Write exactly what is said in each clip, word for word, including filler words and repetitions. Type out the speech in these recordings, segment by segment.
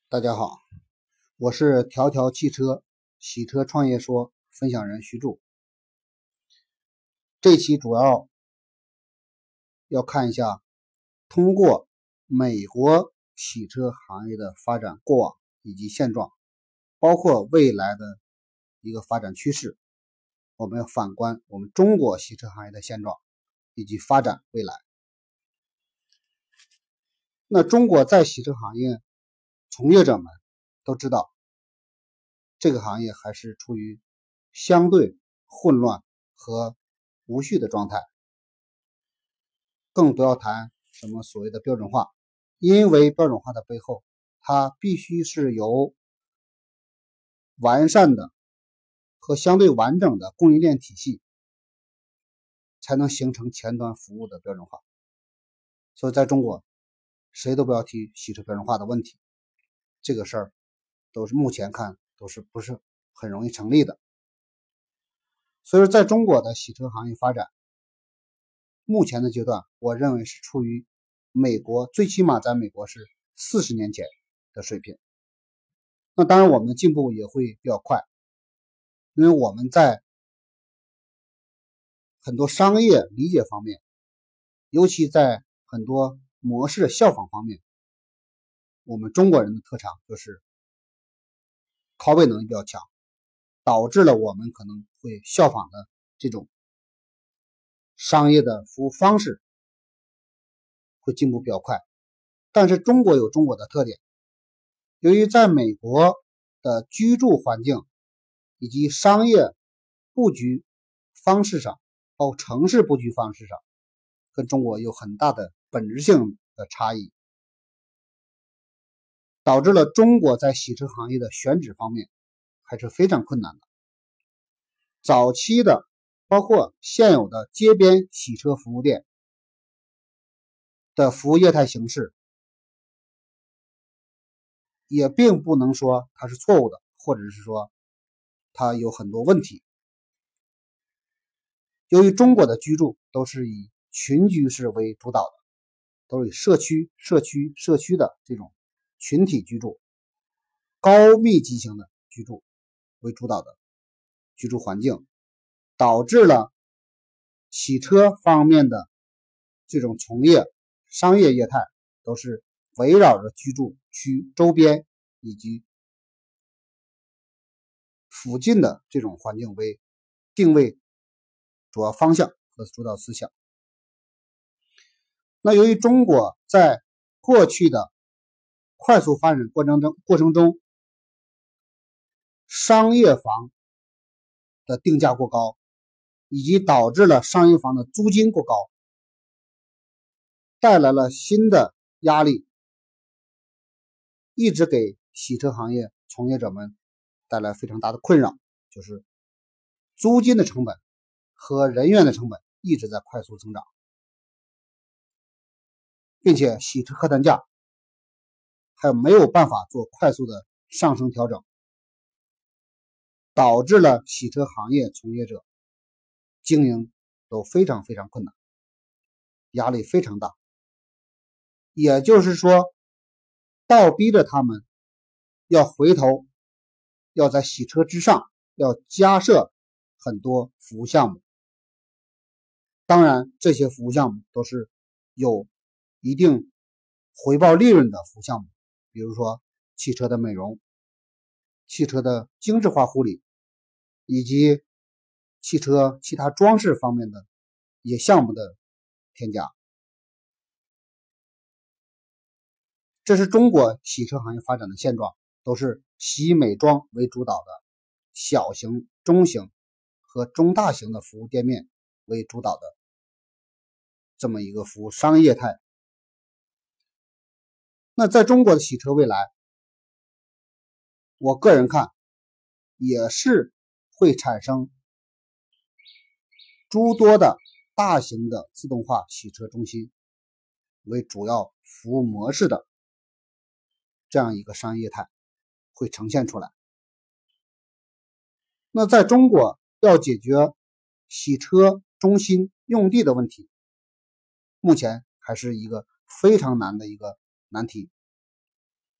大家好，我是条条汽车洗车创业说分享人徐柱。这期主要要看一下通过美国洗车行业的发展过往以及现状，包括未来的一个发展趋势，我们要反观我们中国洗车行业的现状以及发展未来。那中国在洗车行业从业者们都知道，这个行业还是处于相对混乱和无序的状态，更不要谈什么所谓的标准化，因为标准化的背后，它必须是由完善的和相对完整的供应链体系才能形成前端服务的标准化。所以在中国，谁都不要提洗车标准化的问题，这个事儿都是目前看都是不是很容易成立的。所以说在中国的洗车行业发展目前的阶段，我认为是处于美国，最起码在美国是四十年前的水平。那当然我们进步也会比较快，因为我们在很多商业理解方面，尤其在很多模式效仿方面，我们中国人的特长就是拷贝能力比较强，导致了我们可能会效仿的这种商业的服务方式会进步比较快。但是中国有中国的特点，由于在美国的居住环境以及商业布局方式上，包括城市布局方式上，跟中国有很大的本质性的差异，导致了中国在洗车行业的选址方面还是非常困难的。早期的包括现有的街边洗车服务店的服务业态形式，也并不能说它是错误的，或者是说它有很多问题。由于中国的居住都是以群居式为主导的，都是以社区、社区、社区的这种群体居住、高密集型的居住为主导的居住环境，导致了洗车方面的这种从业商业业态都是围绕着居住区周边以及附近的这种环境为定位主要方向和主导思想。那由于中国在过去的快速发展过程中过程中，商业房的定价过高，以及导致了商业房的租金过高，带来了新的压力，一直给洗车行业从业者们带来非常大的困扰，就是租金的成本和人员的成本一直在快速增长，并且洗车客单价还没有办法做快速的上升调整，导致了洗车行业从业者经营都非常非常困难，压力非常大。也就是说，倒逼着他们要回头，要在洗车之上要加设很多服务项目。当然，这些服务项目都是有一定回报利润的服务项目，比如说汽车的美容、汽车的精致化护理，以及汽车其他装饰方面的一些项目的添加。这是中国洗车行业发展的现状，都是洗美妆为主导的小型、中型和中大型的服务店面为主导的这么一个服务商业态。那在中国的洗车未来，我个人看也是会产生诸多的大型的自动化洗车中心为主要服务模式的这样一个商业态会呈现出来。那在中国要解决洗车中心用地的问题，目前还是一个非常难的一个难题。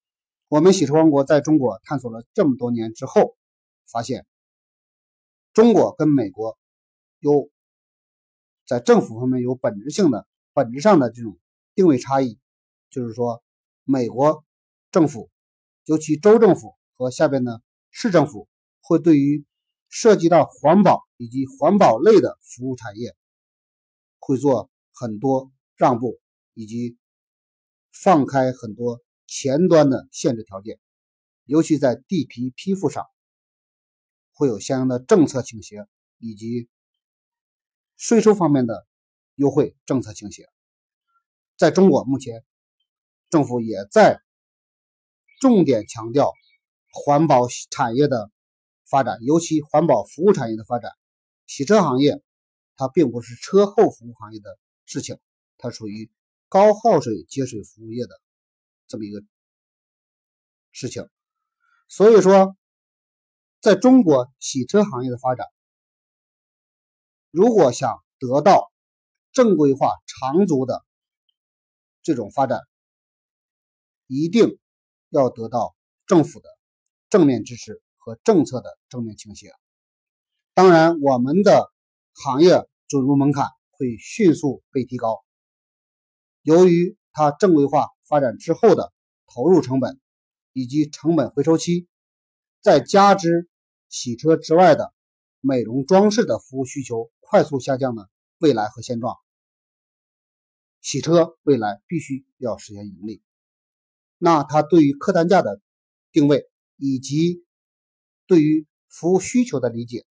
我们洗车王国在中国探索了这么多年之后，发现中国跟美国有在政府方面有本质性的、本质上的这种定位差异，就是说，美国政府，尤其州政府和下边的市政府，会对于涉及到环保以及环保类的服务产业，会做很多让步，以及放开很多前端的限制条件，尤其在地皮批复上，会有相应的政策倾斜，以及税收方面的优惠政策倾斜。在中国目前，政府也在重点强调环保产业的发展，尤其环保服务产业的发展。洗车行业它并不是车后服务行业的事情，它属于高耗水节水服务业的这么一个事情。所以说，在中国洗车行业的发展，如果想得到正规化长足的这种发展，一定要得到政府的正面支持和政策的正面倾斜。当然，我们的行业准入门槛会迅速被提高，由于它正规化发展之后的投入成本以及成本回收期，再加之洗车之外的美容装饰的服务需求快速下降的未来和现状，洗车未来必须要实现盈利。那它对于客单价的定位以及对于服务需求的理解，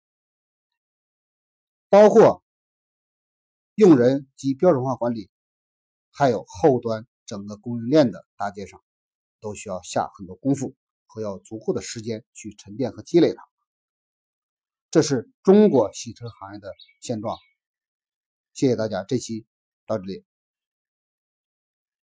包括用人及标准化管理，还有后端整个供应链的搭建上，都需要下很多功夫和要足够的时间去沉淀和积累它。这是中国洗车行业的现状。谢谢大家，这期到这里。